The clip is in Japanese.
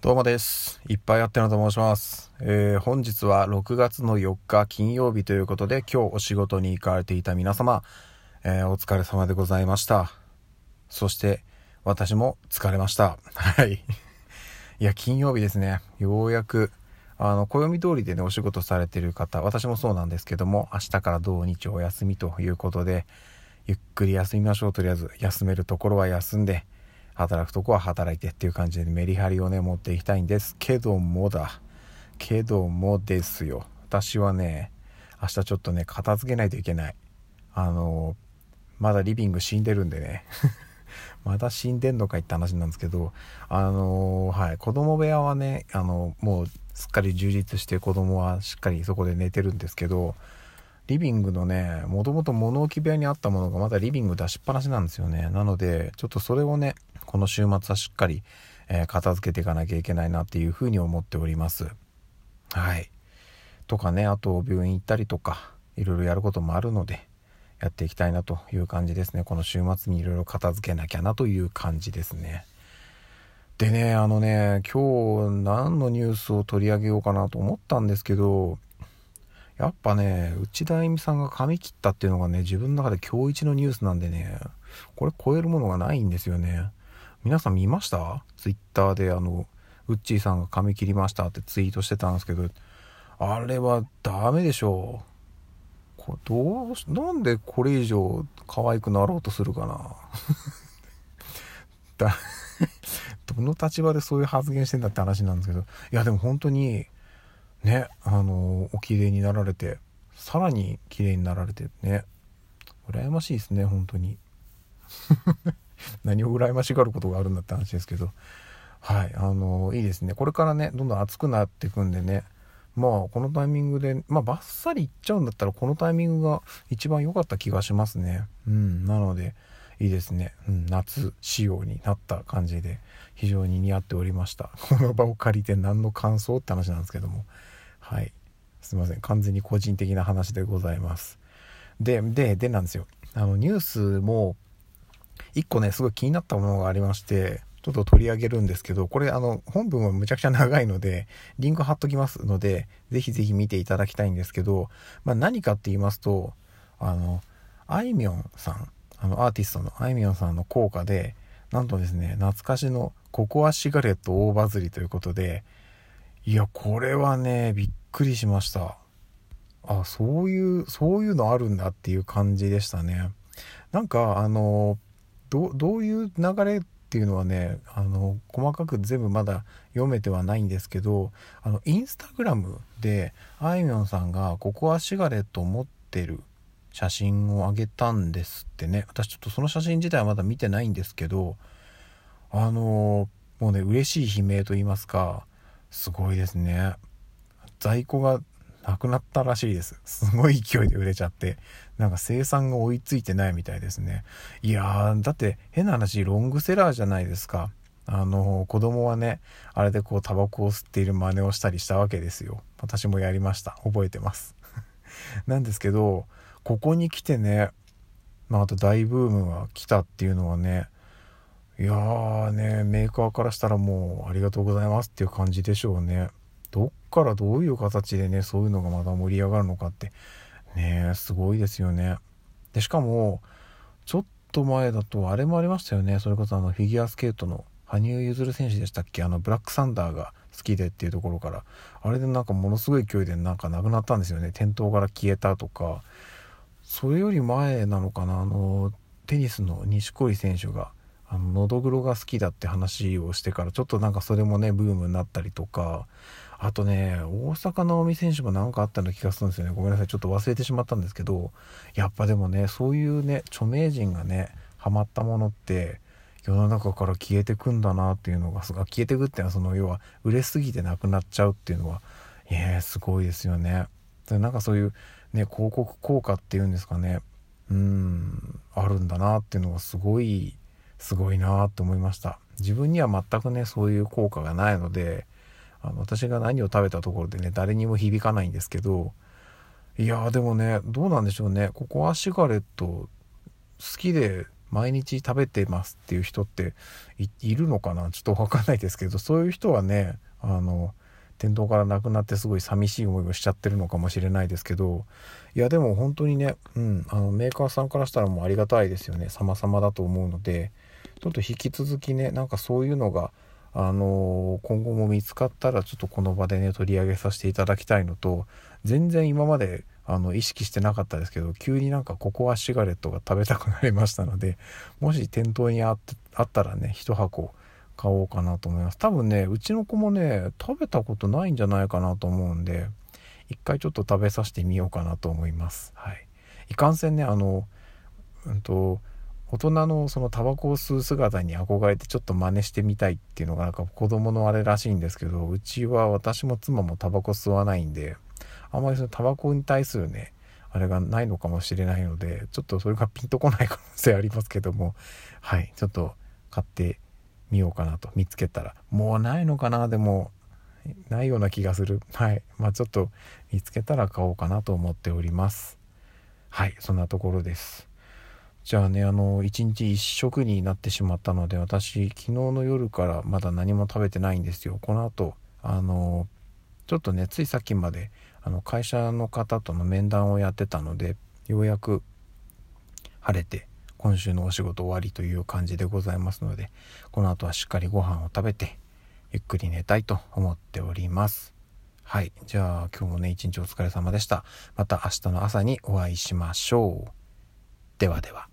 どうもです。いっぱいあってのと申します。本日は6月の4日金曜日ということで、今日お仕事に行かれていた皆様、お疲れ様でございました。そして私も疲れました。はい。いや、金曜日ですね。ようやく暦通りでねお仕事されている方、私もそうなんですけども、明日から土日お休みということで、ゆっくり休みましょう。とりあえず休めるところは休んで、働くとこは働いてっていう感じでメリハリをね持っていきたいんですけどもですよ。私はね、明日ちょっとね片付けないといけない。まだリビング死んでるんでねまだ死んでんのかいって話なんですけど、はい、子供部屋はね、もうすっかり充実して、子供はしっかりそこで寝てるんですけど、リビングのね、もともと物置部屋にあったものがまだリビング出しっぱなしなんですよね。なのでちょっとそれをね、この週末はしっかり、片付けていかなきゃいけないなっていうふうに思っております。はい。とかね、あと病院行ったりとかいろいろやることもあるので、やっていきたいなという感じですね。この週末にいろいろ片付けなきゃなという感じですね。でね、今日何のニュースを取り上げようかなと思ったんですけど、やっぱね、内田恵美さんが髪切ったっていうのがね、自分の中で今日一のニュースなんでね、これ超えるものがないんですよね。皆さん見ました？ツイッターでウッチーさんが髪切りましたってツイートしてたんですけど、あれはダメでしょう。なんでこれ以上可愛くなろうとするかな。だどの立場でそういう発言してんだって話なんですけど、いやでも本当にね、お綺麗になられて、さらに綺麗になられてね、羨ましいですね本当に。何を羨ましがることがあるんだって話ですけど、はい、いいですね。これからねどんどん暑くなっていくんでね、まあこのタイミングでバッサリいっちゃうんだったら、このタイミングが一番良かった気がしますね。なのでいいですね、夏仕様になった感じで非常に似合っておりました。この場を借りて何の感想って話なんですけども、はい、すいません、完全に個人的な話でございます。でなんですよ。ニュースも一個ねすごい気になったものがありまして、ちょっと取り上げるんですけど、これ本文はむちゃくちゃ長いのでリンク貼っときますので、ぜひぜひ見ていただきたいんですけど、何かって言いますと、あいみょんさん、アーティストのあいみょんさんの効果で、なんとですね、懐かしのココアシガレット大バズりということで、いやこれはねびっくりしました。そういうのあるんだっていう感じでしたね。なんかどういう流れっていうのはね、細かく全部まだ読めてはないんですけど、インスタグラムであいみょんさんがココアシガレットを持ってる写真をあげたんですってね。私ちょっとその写真自体はまだ見てないんですけど、もうね嬉しい悲鳴と言いますか、すごいですね。在庫がなくなったらしいです。すごい勢いで売れちゃって、なんか生産が追いついてないみたいですね。いやー、だって変な話、ロングセラーじゃないですか。子供はね、あれでこうタバコを吸っている真似をしたりしたわけですよ。私もやりました。覚えてます。なんですけど、ここに来てね、あと大ブームが来たっていうのはね、いやーね、メーカーからしたらもうありがとうございますっていう感じでしょうね。どっからどういう形でね、そういうのがまた盛り上がるのかってね、すごいですよね。でしかもちょっと前だとあれもありましたよね。それこそフィギュアスケートの羽生結弦選手でしたっけ、ブラックサンダーが好きでっていうところから、あれでなんかものすごい勢いでなんかなくなったんですよね。店頭から消えたとか。それより前なのかな、テニスの錦織選手がのどぐろが好きだって話をしてから、ちょっとなんかそれもねブームになったりとか、あとね大坂なおみ選手もなんかあったような気がするんですよね。ごめんなさい、ちょっと忘れてしまったんですけど、やっぱでもね、そういうね著名人がねハマったものって世の中から消えてくんだなっていうのが、消えてくっていうのは、その要は売れすぎてなくなっちゃうっていうのは、すごいですよね。でなんかそういうね広告効果っていうんですかね、あるんだなっていうのがすごいなって思いました。自分には全くねそういう効果がないので、私が何を食べたところでね誰にも響かないんですけど、いやーでもね、どうなんでしょうね。ココアシガレット好きで毎日食べてますっていう人っているのかな、ちょっと分かんないですけど、そういう人はね店頭からなくなってすごい寂しい思いをしちゃってるのかもしれないですけど、いやでも本当にね、メーカーさんからしたらもうありがたいですよね。様々だと思うので、ちょっと引き続きね、なんかそういうのが今後も見つかったらちょっとこの場でね取り上げさせていただきたいのと、全然今まで意識してなかったですけど、急になんかココアシガレットが食べたくなりましたので、もし店頭にあったらね一箱買おうかなと思います。多分ねうちの子もね食べたことないんじゃないかなと思うんで、一回ちょっと食べさせてみようかなと思います。はい。いかんせんね大人のそのタバコを吸う姿に憧れてちょっと真似してみたいっていうのがなんか子供のあれらしいんですけど、うちは私も妻もタバコ吸わないんで、あんまりそのタバコに対するねあれがないのかもしれないので、ちょっとそれがピンとこない可能性ありますけども、はい、ちょっと買ってみようかなと。見つけたら、もうないのかな、でもないような気がする。はい、ちょっと見つけたら買おうかなと思っております。はい、そんなところです。じゃあね、一日一食になってしまったので、私昨日の夜からまだ何も食べてないんですよ。この後ちょっとねついさっきまで会社の方との面談をやってたので、ようやく晴れて今週のお仕事終わりという感じでございますので、この後はしっかりご飯を食べてゆっくり寝たいと思っております。はい、じゃあ今日もね一日お疲れ様でした。また明日の朝にお会いしましょう。ではでは。